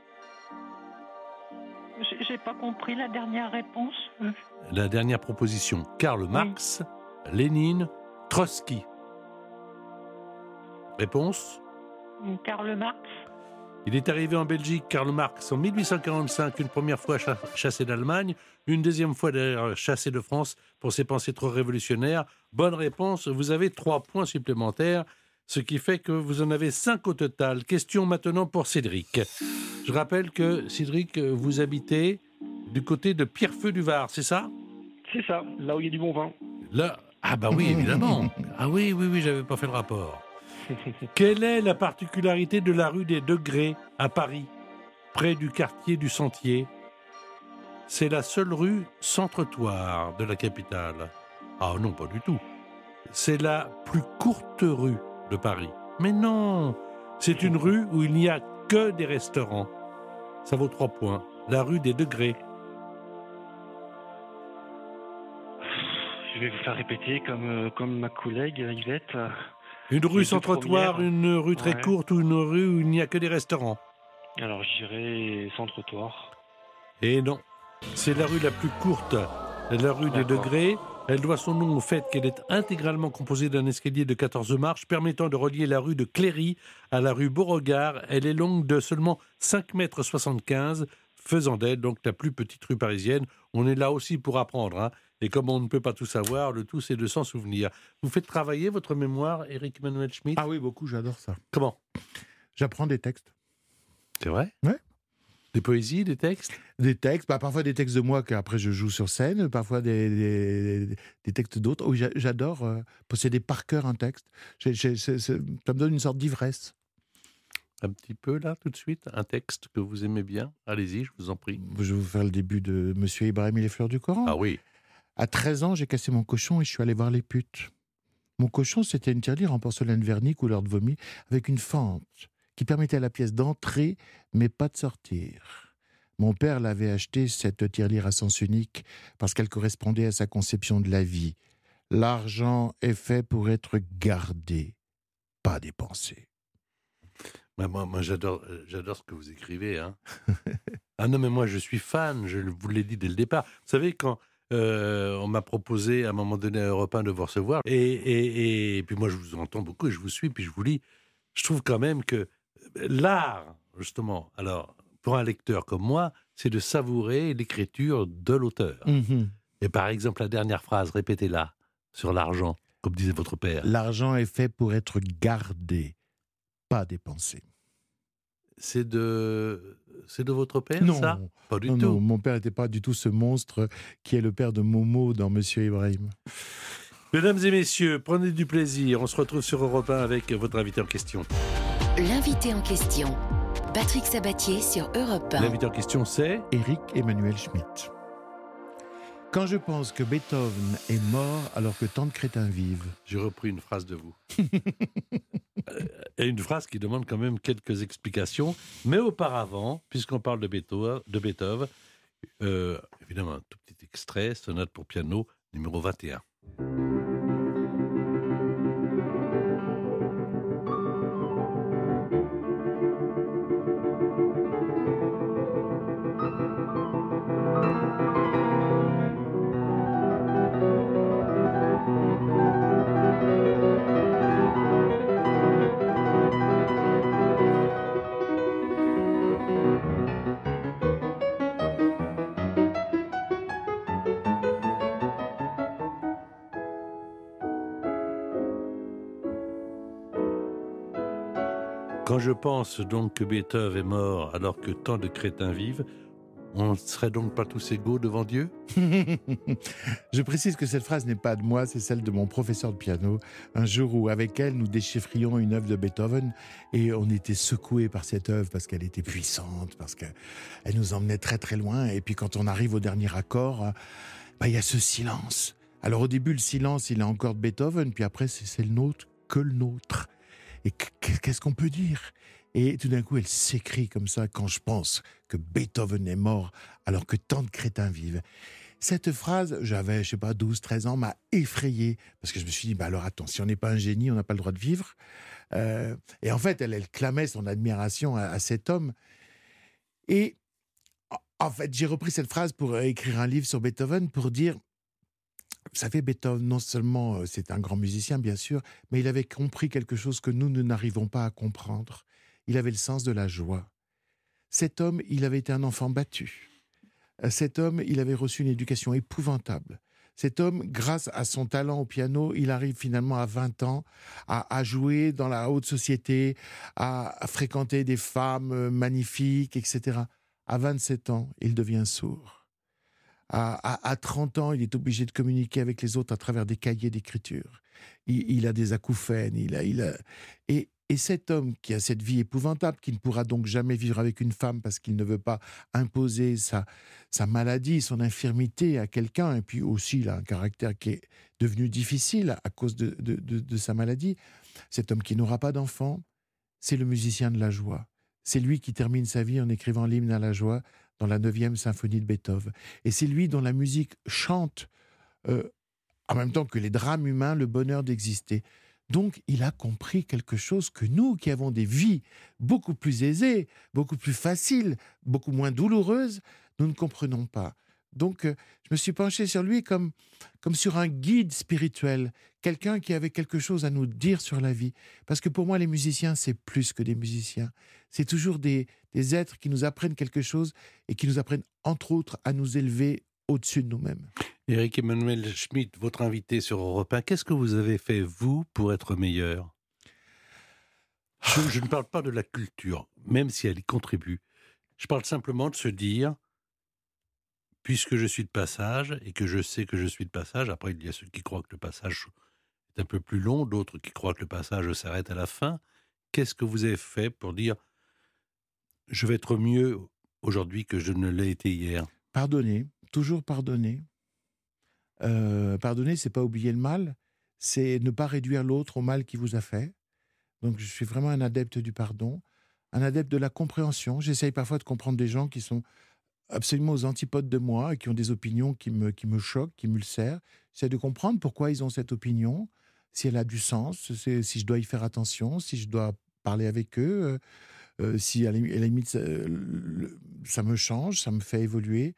J'ai pas compris la dernière réponse. La dernière proposition, Karl Marx, Lénine, Trotsky. Réponse? Karl Marx. Il est arrivé en Belgique, Karl Marx, en 1845, une première fois chassé d'Allemagne, une deuxième fois chassé de France pour ses pensées trop révolutionnaires. Bonne réponse, vous avez 3 points supplémentaires, ce qui fait que vous en avez 5 au total. Question maintenant pour Cédric. Je rappelle que, Cédric, vous habitez du côté de Pierrefeu-du-Var, c'est ça? C'est ça, là où il y a du bon vin. Là, ah bah oui, évidemment. Ah oui, j'avais pas fait le rapport. Quelle est la particularité de la rue des Degrés à Paris, près du quartier du Sentier? C'est la seule rue sans trottoir de la capitale. Ah non, pas du tout. C'est la plus courte rue de Paris. Mais non, c'est une rue où il n'y a que des restaurants. Ça vaut 3 points. La rue des Degrés. Je vais vous faire répéter comme ma collègue Yvette. Une rue sans trottoir, une rue très courte ou une rue où il n'y a que des restaurants? Alors j'irai sans trottoir. Et non, c'est la rue la plus courte, la rue des Degrés. Elle doit son nom au fait qu'elle est intégralement composée d'un escalier de 14 marches permettant de relier la rue de Cléry à la rue Beauregard. Elle est longue de seulement 5,75 m, faisant d'elle donc la plus petite rue parisienne. On est là aussi pour apprendre, hein. Et comme on ne peut pas tout savoir, le tout c'est de s'en souvenir. Vous faites travailler votre mémoire, Éric Emmanuel Schmitt? Ah oui, beaucoup, j'adore ça. Comment? J'apprends des textes. C'est vrai? Ouais. Des poésies, des textes? Des textes, parfois des textes de moi qu'après je joue sur scène, parfois des textes d'autres. Oui, j'adore posséder par cœur un texte. Ça me donne une sorte d'ivresse. Un petit peu, là, tout de suite, un texte que vous aimez bien. Allez-y, je vous en prie. Je vais vous faire le début de Monsieur Ibrahim et les fleurs du Coran. Ah oui. À 13 ans, j'ai cassé mon cochon et je suis allé voir les putes. Mon cochon, c'était une tirelire en porcelaine vernie couleur de vomi avec une fente qui permettait à la pièce d'entrer mais pas de sortir. Mon père l'avait acheté, cette tirelire à sens unique, parce qu'elle correspondait à sa conception de la vie. L'argent est fait pour être gardé, pas dépensé. Moi, j'adore ce que vous écrivez. Hein. Ah non, mais moi, je suis fan, je vous l'ai dit dès le départ. Vous savez, quand on m'a proposé à un moment donné à Europe 1 de vous recevoir, et puis moi, je vous entends beaucoup et je vous suis, puis je vous lis, je trouve quand même que l'art, justement, alors, pour un lecteur comme moi, c'est de savourer l'écriture de l'auteur. Et par exemple, la dernière phrase, répétez-la, sur l'argent, comme disait votre père. L'argent est fait pour être gardé, pas dépensé. C'est de votre père, Non, ça? Pas du non, tout. non, mon père n'était pas du tout ce monstre qui est le père de Momo dans Monsieur Ibrahim. Mesdames et messieurs, prenez du plaisir. On se retrouve sur Europe 1 avec votre invité en question. L'invité en question, Patrick Sabatier sur Europe 1. L'invité en question, c'est... Éric Emmanuel Schmitt. Quand je pense que Beethoven est mort alors que tant de crétins vivent. J'ai repris une phrase de vous. Et une phrase qui demande quand même quelques explications. Mais auparavant, puisqu'on parle de Beethoven, évidemment, un tout petit extrait, sonate pour piano, numéro 21. Quand je pense donc que Beethoven est mort alors que tant de crétins vivent, on ne serait donc pas tous égaux devant Dieu? Je précise que cette phrase n'est pas de moi, c'est celle de mon professeur de piano. Un jour où, avec elle, nous déchiffrions une œuvre de Beethoven et on était secoués par cette œuvre parce qu'elle était puissante, parce qu'elle nous emmenait très très loin. Et puis quand on arrive au dernier accord, il y a ce silence. Alors au début, le silence, il est encore de Beethoven, puis après, c'est le nôtre que le nôtre. Et qu'est-ce qu'on peut dire? Et tout d'un coup, elle s'écrie comme ça quand je pense que Beethoven est mort alors que tant de crétins vivent. Cette phrase, j'avais, 12, 13 ans, m'a effrayé parce que je me suis dit, alors attends, si on n'est pas un génie, on n'a pas le droit de vivre. Et en fait, elle clamait son admiration à cet homme. Et en fait, j'ai repris cette phrase pour écrire un livre sur Beethoven pour dire, vous savez, Beethoven, non seulement c'est un grand musicien, bien sûr, mais il avait compris quelque chose que nous n'arrivons pas à comprendre. Il avait le sens de la joie. Cet homme, il avait été un enfant battu. Cet homme, il avait reçu une éducation épouvantable. Cet homme, grâce à son talent au piano, il arrive finalement à 20 ans à jouer dans la haute société, à fréquenter des femmes magnifiques, etc. À 27 ans, il devient sourd. À 30 ans, il est obligé de communiquer avec les autres à travers des cahiers d'écriture. Il a des acouphènes. Et cet homme qui a cette vie épouvantable, qui ne pourra donc jamais vivre avec une femme parce qu'il ne veut pas imposer sa maladie, son infirmité à quelqu'un, et puis aussi il a un caractère qui est devenu difficile à cause de sa maladie, cet homme qui n'aura pas d'enfant, c'est le musicien de la joie. C'est lui qui termine sa vie en écrivant l'hymne à la joie dans la 9e symphonie de Beethoven. Et c'est lui dont la musique chante, en même temps que les drames humains, le bonheur d'exister. Donc, il a compris quelque chose que nous, qui avons des vies beaucoup plus aisées, beaucoup plus faciles, beaucoup moins douloureuses, nous ne comprenons pas. Donc, je me suis penché sur lui comme sur un guide spirituel, quelqu'un qui avait quelque chose à nous dire sur la vie. Parce que pour moi, les musiciens, c'est plus que des musiciens. C'est toujours des êtres qui nous apprennent quelque chose et qui nous apprennent, entre autres, à nous élever au-dessus de nous-mêmes. Éric Emmanuel Schmitt, votre invité sur Europe 1, qu'est-ce que vous avez fait, vous, pour être meilleur? Je ne parle pas de la culture, même si elle y contribue. Je parle simplement de se dire, puisque je suis de passage, et que je sais que je suis de passage, après il y a ceux qui croient que le passage est un peu plus long, d'autres qui croient que le passage s'arrête à la fin, qu'est-ce que vous avez fait pour dire « je vais être mieux aujourd'hui que je ne l'ai été hier » ? Pardonner, toujours pardonner. Pardonner, c'est pas oublier le mal, c'est ne pas réduire l'autre au mal qu'il vous a fait. Donc je suis vraiment un adepte du pardon, un adepte de la compréhension. J'essaye parfois de comprendre des gens qui sont absolument aux antipodes de moi et qui ont des opinions qui me choquent, qui m'ulcèrent. J'essaie de comprendre pourquoi ils ont cette opinion, si elle a du sens, si je dois y faire attention, si je dois parler avec eux, si à la limite ça me change, ça me fait évoluer.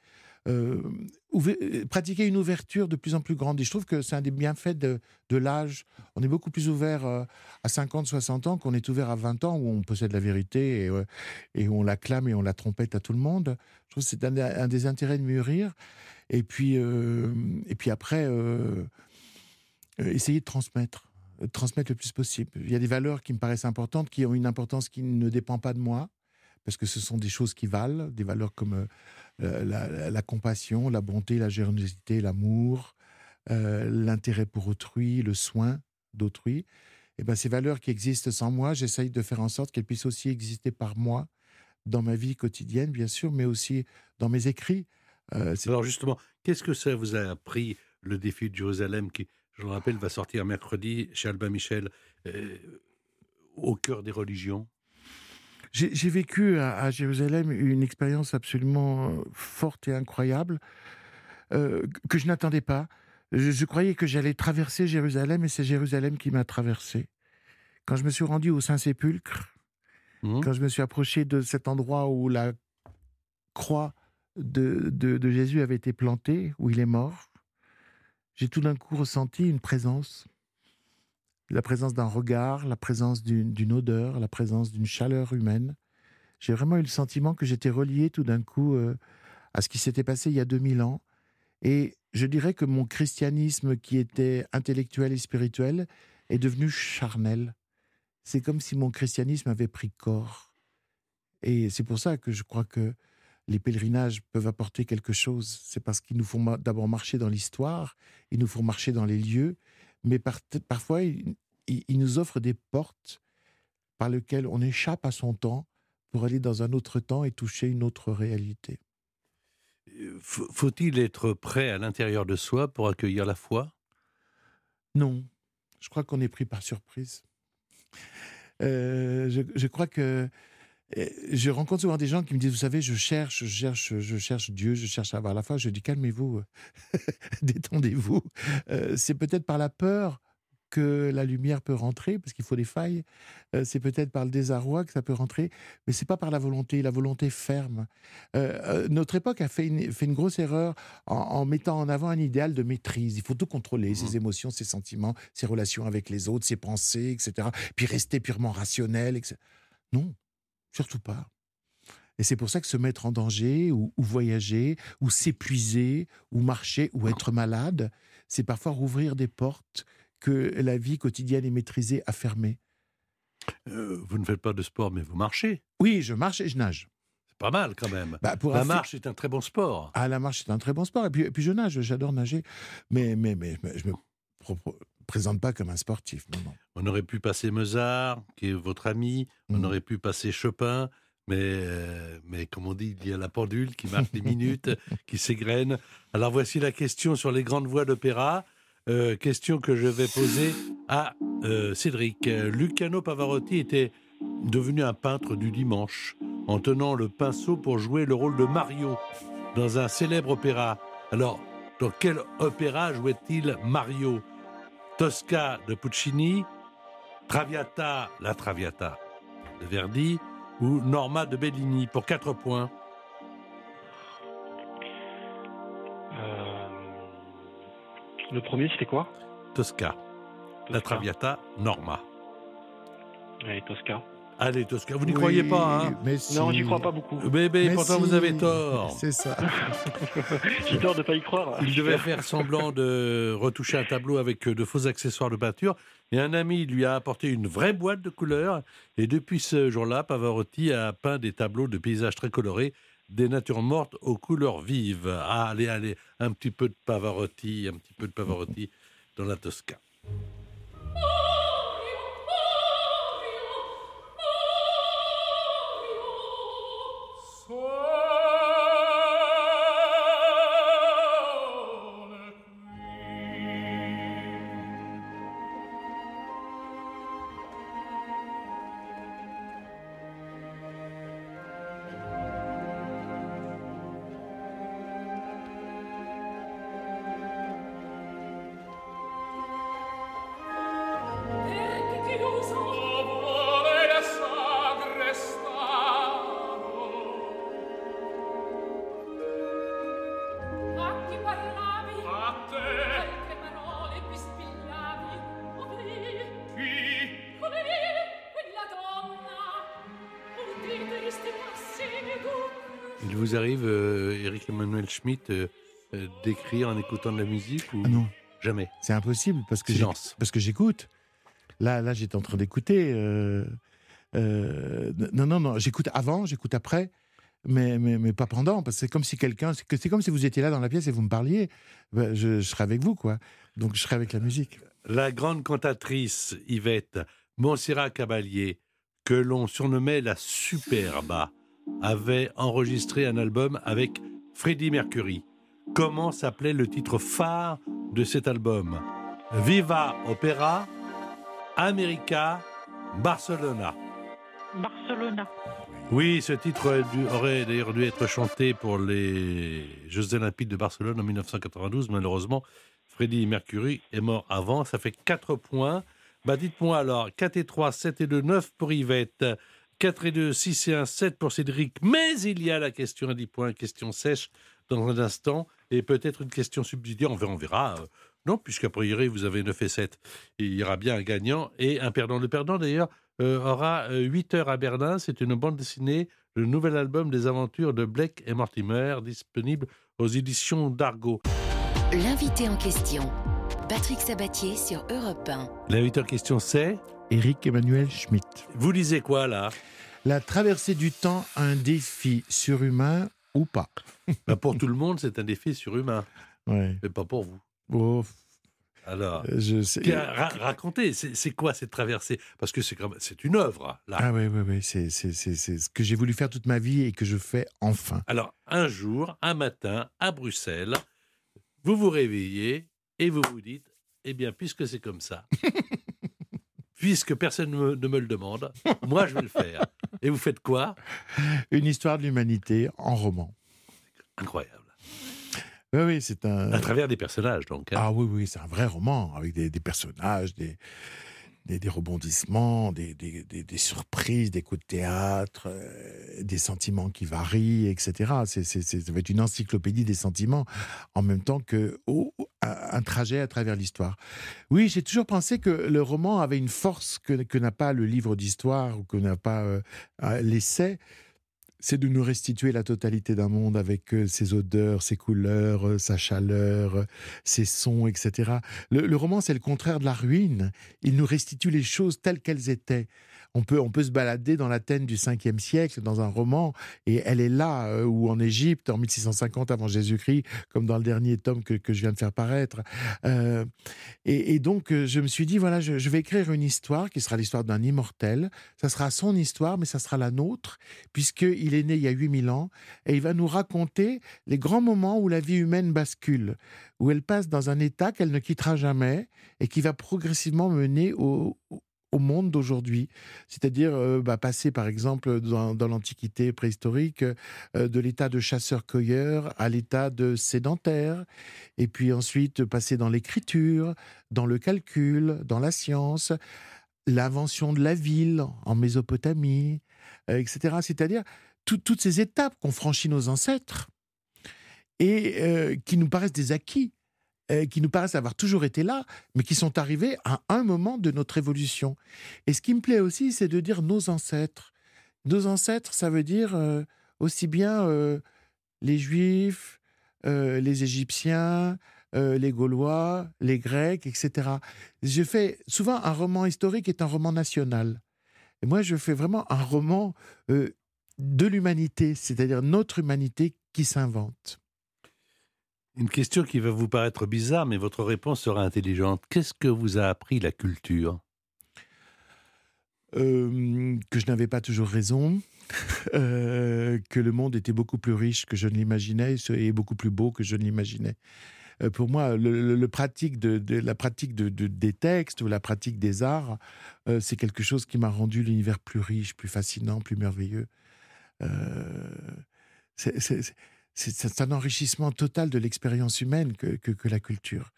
Pratiquer une ouverture de plus en plus grande. Et je trouve que c'est un des bienfaits de l'âge. On est beaucoup plus ouvert à 50, 60 ans qu'on est ouvert à 20 ans, où on possède la vérité et où on la clame et on la trompette à tout le monde. Je trouve que c'est un des intérêts de mûrir. Et puis après, essayer de transmettre le plus possible. Il y a des valeurs qui me paraissent importantes, qui ont une importance qui ne dépend pas de moi, parce que ce sont des choses qui valent, des valeurs comme la compassion, la bonté, la générosité, l'amour, l'intérêt pour autrui, le soin d'autrui. Et ben, ces valeurs qui existent sans moi, j'essaye de faire en sorte qu'elles puissent aussi exister par moi, dans ma vie quotidienne, bien sûr, mais aussi dans mes écrits. Alors justement, qu'est-ce que ça vous a appris, le défi de Jérusalem, qui, je le rappelle, va sortir mercredi chez Albin Michel, au cœur des religions ? J'ai vécu à Jérusalem une expérience absolument forte et incroyable que je n'attendais pas. Je croyais que j'allais traverser Jérusalem et c'est Jérusalem qui m'a traversé. Quand je me suis rendu au Saint-Sépulcre, quand je me suis approché de cet endroit où la croix de Jésus avait été plantée, où il est mort, j'ai tout d'un coup ressenti une présence. La présence d'un regard, la présence d'une odeur, la présence d'une chaleur humaine. J'ai vraiment eu le sentiment que j'étais relié tout d'un coup à ce qui s'était passé il y a 2000 ans. Et je dirais que mon christianisme, qui était intellectuel et spirituel, est devenu charnel. C'est comme si mon christianisme avait pris corps. Et c'est pour ça que je crois que les pèlerinages peuvent apporter quelque chose. C'est parce qu'ils nous font d'abord marcher dans l'histoire, ils nous font marcher dans les lieux, mais parfois, il nous offre des portes par lesquelles on échappe à son temps pour aller dans un autre temps et toucher une autre réalité. Faut-il être prêt à l'intérieur de soi pour accueillir la foi ? Non, je crois qu'on est pris par surprise. Je crois que je rencontre souvent des gens qui me disent, vous savez, je cherche Dieu, je cherche à avoir la foi. Je dis, calmez-vous, détendez-vous. C'est peut-être par la peur que la lumière peut rentrer, parce qu'il faut des failles. C'est peut-être par le désarroi que ça peut rentrer, mais c'est pas par la volonté ferme. Notre époque a fait une grosse erreur en mettant en avant un idéal de maîtrise. Il faut tout contrôler, ses émotions, ses sentiments, ses relations avec les autres, ses pensées, etc. Puis rester purement rationnel, etc. Non, surtout pas. Et c'est pour ça que se mettre en danger, ou voyager, ou s'épuiser, ou marcher, ou être malade, c'est parfois rouvrir des portes que la vie quotidienne et maîtrisée a fermées. Vous ne faites pas de sport, mais vous marchez. Oui, je marche et je nage. C'est pas mal quand même. La marche est un très bon sport. Ah, la marche est un très bon sport. Et puis je nage, j'adore nager. Mais je me présente pas comme un sportif. Non. On aurait pu passer Mozart, qui est votre ami. On aurait pu passer Chopin. Mais comme on dit, il y a la pendule qui marque les minutes, qui s'égrène. Alors voici la question sur les grandes voix d'opéra. Question que je vais poser à Cédric. Luciano Pavarotti était devenu un peintre du dimanche, en tenant le pinceau pour jouer le rôle de Mario dans un célèbre opéra. Alors, dans quel opéra jouait-il Mario ? Tosca de Puccini, Traviata, la Traviata de Verdi, ou Norma de Bellini, pour 4 points. Le premier, c'était quoi ? Tosca. La Traviata, Norma. Allez, Tosca. Allez, Tosca, vous n'y croyez pas, hein ? Mais si. Non, j'y crois pas beaucoup. Mais pourtant, si. vous avez tort. C'est ça. J'ai tort de pas y croire. Il devait faire semblant de retoucher un tableau avec de faux accessoires de peinture. Et un ami lui a apporté une vraie boîte de couleurs. Et depuis ce jour-là, Pavarotti a peint des tableaux de paysages très colorés, des natures mortes aux couleurs vives. Ah, allez, un petit peu de Pavarotti dans la Tosca. Il vous arrive, Éric Emmanuel Schmitt, d'écrire en écoutant de la musique ou... Ah non, Jamais. c'est impossible parce que Silence. parce que j'écoute. Là, j'étais en train d'écouter. Non, j'écoute avant, j'écoute après, mais pas pendant, parce que c'est comme si vous étiez là dans la pièce et vous me parliez. Ben, je serais avec vous, quoi. Donc je serais avec la musique. La grande cantatrice Yvette Montserrat Caballé, que l'on surnommait la Superba, avait enregistré un album avec Freddie Mercury. Comment s'appelait le titre phare de cet album? Viva Opera, America, Barcelona. Barcelona. Oui, ce titre aurait d'ailleurs dû être chanté pour les Jeux Olympiques de Barcelone en 1992. Malheureusement, Freddie Mercury est mort avant. Ça fait 4 points. Bah, dites-moi alors, 4 et 3, 7 et 2, 9 pour Yvette. 4 et 2, 6 et 1, 7 pour Cédric. Mais il y a la question à 10 points, question sèche dans un instant. Et peut-être une question subsidiaire, on verra. Non, puisqu'a priori, vous avez 9 et 7. Il y aura bien un gagnant et un perdant. Le perdant, d'ailleurs, aura 8 heures à Berlin. C'est une bande dessinée, le nouvel album des aventures de Blake et Mortimer, disponible aux éditions d'Argo. L'invité en question, Patrick Sabatier sur Europe 1. L'invité en question, c'est... Éric Emmanuel Schmitt. Vous lisez quoi, là? La traversée du temps, un défi surhumain ou pas? Bah, pour tout le monde, c'est un défi surhumain. Ouais. Mais pas pour vous. Oh, Alors, je sais. racontez, c'est quoi cette traversée? Parce que c'est une œuvre, là. Ah oui, c'est ce que j'ai voulu faire toute ma vie et que je fais enfin. Alors, un jour, un matin, à Bruxelles, vous vous réveillez et vous vous dites, eh bien, puisque c'est comme ça, puisque personne ne me le demande, moi, je vais le faire. Et vous faites quoi? Une histoire de l'humanité en roman. Incroyable. Oui, c'est un... À travers des personnages, donc. Hein. Ah oui, c'est un vrai roman, avec des personnages, des rebondissements, des surprises, des coups de théâtre, des sentiments qui varient, etc. Ça va être une encyclopédie des sentiments, en même temps qu'un trajet à travers l'histoire. Oui, j'ai toujours pensé que le roman avait une force que n'a pas le livre d'histoire ou que n'a pas l'essai. C'est de nous restituer la totalité d'un monde avec ses odeurs, ses couleurs, sa chaleur, ses sons, etc. Le roman, c'est le contraire de la ruine. Il nous restitue les choses telles qu'elles étaient. On peut se balader dans l'Athènes du 5e siècle, dans un roman, et elle est là, ou en Égypte, en 1650 avant Jésus-Christ, comme dans le dernier tome que je viens de faire paraître. Et donc, je me suis dit, voilà, je vais écrire une histoire qui sera l'histoire d'un immortel. Ça sera son histoire, mais ça sera la nôtre, puisqu'il est né il y a 8000 ans, et il va nous raconter les grands moments où la vie humaine bascule, où elle passe dans un état qu'elle ne quittera jamais, et qui va progressivement mener au monde d'aujourd'hui, c'est-à-dire passer par exemple dans l'Antiquité préhistorique de l'état de chasseur-cueilleur à l'état de sédentaire, et puis ensuite passer dans l'écriture, dans le calcul, dans la science, l'invention de la ville en Mésopotamie, etc. C'est-à-dire toutes ces étapes qu'ont franchi nos ancêtres et qui nous paraissent des acquis, qui nous paraissent avoir toujours été là, mais qui sont arrivés à un moment de notre évolution. Et ce qui me plaît aussi, c'est de dire nos ancêtres. Nos ancêtres, ça veut dire aussi bien les Juifs, les Égyptiens, les Gaulois, les Grecs, etc. Je fais souvent un roman historique est un roman national. Et moi, je fais vraiment un roman de l'humanité, c'est-à-dire notre humanité qui s'invente. Une question qui va vous paraître bizarre, mais votre réponse sera intelligente. Qu'est-ce que vous a appris la culture? Que je n'avais pas toujours raison, que le monde était beaucoup plus riche que je ne l'imaginais et beaucoup plus beau que je ne l'imaginais. Pour moi, la pratique des textes ou la pratique des arts, c'est quelque chose qui m'a rendu l'univers plus riche, plus fascinant, plus merveilleux. C'est un enrichissement total de l'expérience humaine que la culture.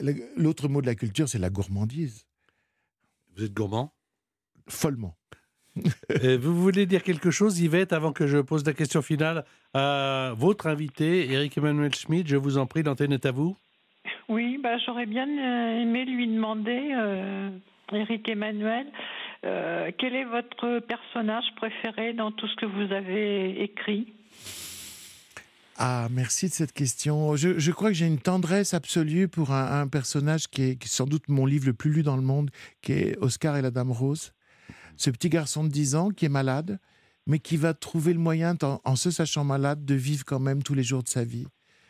L'autre mot de la culture, c'est la gourmandise. Vous êtes gourmand? Follement. Vous voulez dire quelque chose, Yvette, avant que je pose la question finale à votre invité, Éric Emmanuel Schmitt? Je vous en prie, l'antenne est à vous. Oui, j'aurais bien aimé lui demander, Éric Emmanuel, quel est votre personnage préféré dans tout ce que vous avez écrit? Ah, merci de cette question. Je crois que j'ai une tendresse absolue pour un personnage qui est sans doute mon livre le plus lu dans le monde, qui est Oscar et la Dame Rose. Ce petit garçon de 10 ans qui est malade, mais qui va trouver le moyen, en se sachant malade, de vivre quand même tous les jours de sa vie.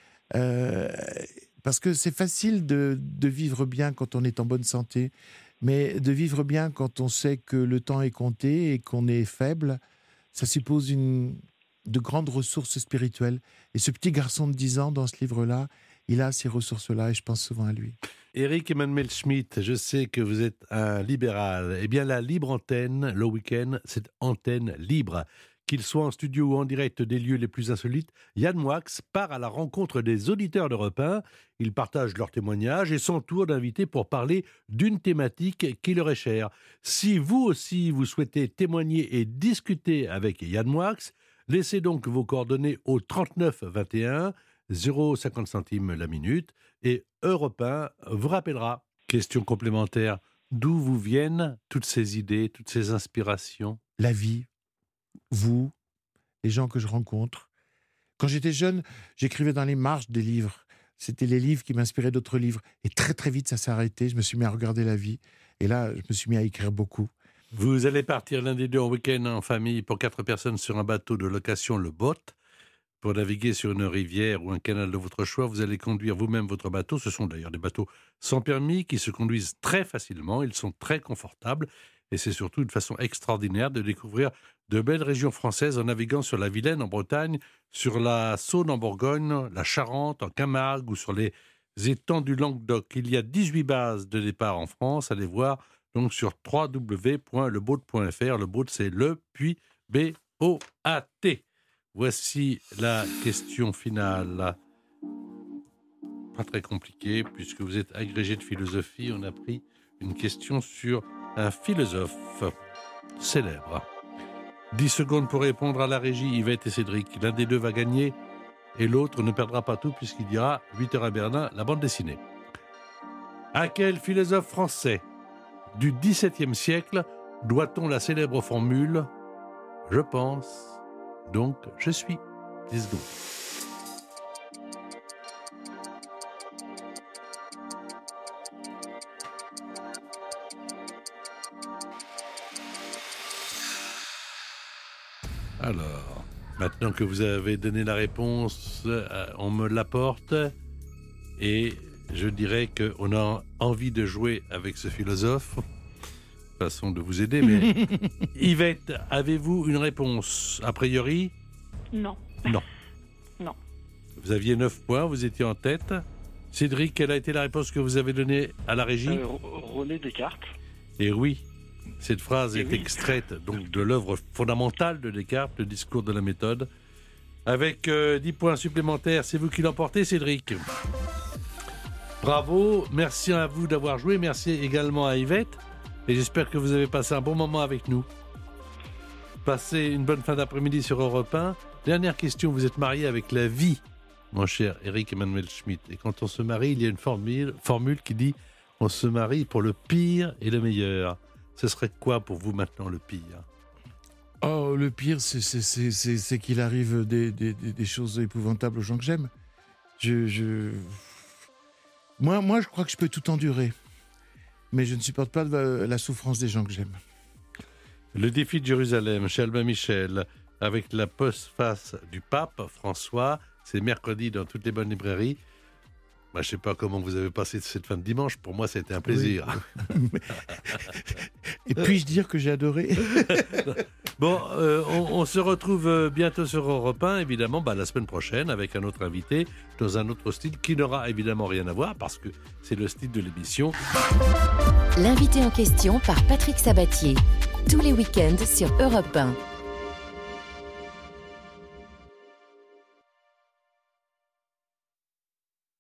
Parce que c'est facile de vivre bien quand on est en bonne santé, mais de vivre bien quand on sait que le temps est compté et qu'on est faible, ça suppose de grandes ressources spirituelles. Et ce petit garçon de 10 ans, dans ce livre-là, il a ces ressources-là et je pense souvent à lui. Éric Emmanuel Schmitt, je sais que vous êtes un libéral. Eh bien, la libre antenne, le week-end, c'est antenne libre. Qu'il soit en studio ou en direct des lieux les plus insolites, Yann Moix part à la rencontre des auditeurs d'Europe 1. Ils partagent leurs témoignages et son tour d'invité pour parler d'une thématique qui leur est chère. Si vous aussi, vous souhaitez témoigner et discuter avec Yann Moix, laissez donc vos coordonnées au 39 21, 0,50 centimes la minute, et Europe 1 vous rappellera. Question complémentaire, d'où vous viennent toutes ces idées, toutes ces inspirations? La vie, vous, les gens que je rencontre. Quand j'étais jeune, j'écrivais dans les marges des livres. C'était les livres qui m'inspiraient d'autres livres. Et très très vite, ça s'est arrêté. Je me suis mis à regarder la vie. Et là, je me suis mis à écrire beaucoup. Vous allez partir l'un des deux en week-end en famille pour 4 personnes sur un bateau de location, le Bot. Pour naviguer sur une rivière ou un canal de votre choix, vous allez conduire vous-même votre bateau. Ce sont d'ailleurs des bateaux sans permis qui se conduisent très facilement. Ils sont très confortables. Et c'est surtout une façon extraordinaire de découvrir de belles régions françaises en naviguant sur la Vilaine en Bretagne, sur la Saône en Bourgogne, la Charente en Camargue ou sur les étangs du Languedoc. Il y a 18 bases de départ en France. Allez voir donc sur www.lebaud.fr. Le Baud, c'est le puis B-O-A-T. Voici la question finale. Pas très compliquée, puisque vous êtes agrégé de philosophie. On a pris une question sur un philosophe célèbre. 10 secondes pour répondre à la régie, Yvette et Cédric. L'un des deux va gagner et l'autre ne perdra pas tout puisqu'il dira 8h à Berlin, la bande dessinée. À quel philosophe français du XVIIe siècle doit-on la célèbre formule « Je pense, donc je suis » 10 secondes. Alors, maintenant que vous avez donné la réponse, on me l'apporte et je dirais qu'on a envie de jouer avec ce philosophe. Façon de vous aider, mais Yvette, avez-vous une réponse a priori? Non. Non. Non. Vous aviez 9 points, vous étiez en tête. Cédric, quelle a été la réponse que vous avez donnée à la régie? René Descartes. Et oui, cette phrase est extraite donc de l'œuvre fondamentale de Descartes, le discours de la méthode. Avec 10 points supplémentaires, c'est vous qui l'emportez, Cédric. Bravo, merci à vous d'avoir joué, merci également à Yvette, et j'espère que vous avez passé un bon moment avec nous. Passez une bonne fin d'après-midi sur Europe 1. Dernière question, vous êtes marié avec la vie, mon cher Éric Emmanuel Schmitt, et quand on se marie, il y a une formule qui dit « on se marie pour le pire et le meilleur ». Ce serait quoi pour vous maintenant le pire? Oh, le pire, c'est qu'il arrive des choses épouvantables aux gens que j'aime. Moi, je crois que je peux tout endurer. Mais je ne supporte pas la souffrance des gens que j'aime. Le défi de Jérusalem, chez Albin Michel, avec la postface du pape François, c'est mercredi dans toutes les bonnes librairies. Je ne sais pas comment vous avez passé cette fin de dimanche. Pour moi, c'était un plaisir. Oui. Et puis-je dire que j'ai adoré? Bon, on se retrouve bientôt sur Europe 1, évidemment, la semaine prochaine, avec un autre invité, dans un autre style qui n'aura évidemment rien à voir, parce que c'est le style de l'émission. L'invité en question par Patrick Sabatier. Tous les week-ends sur Europe 1.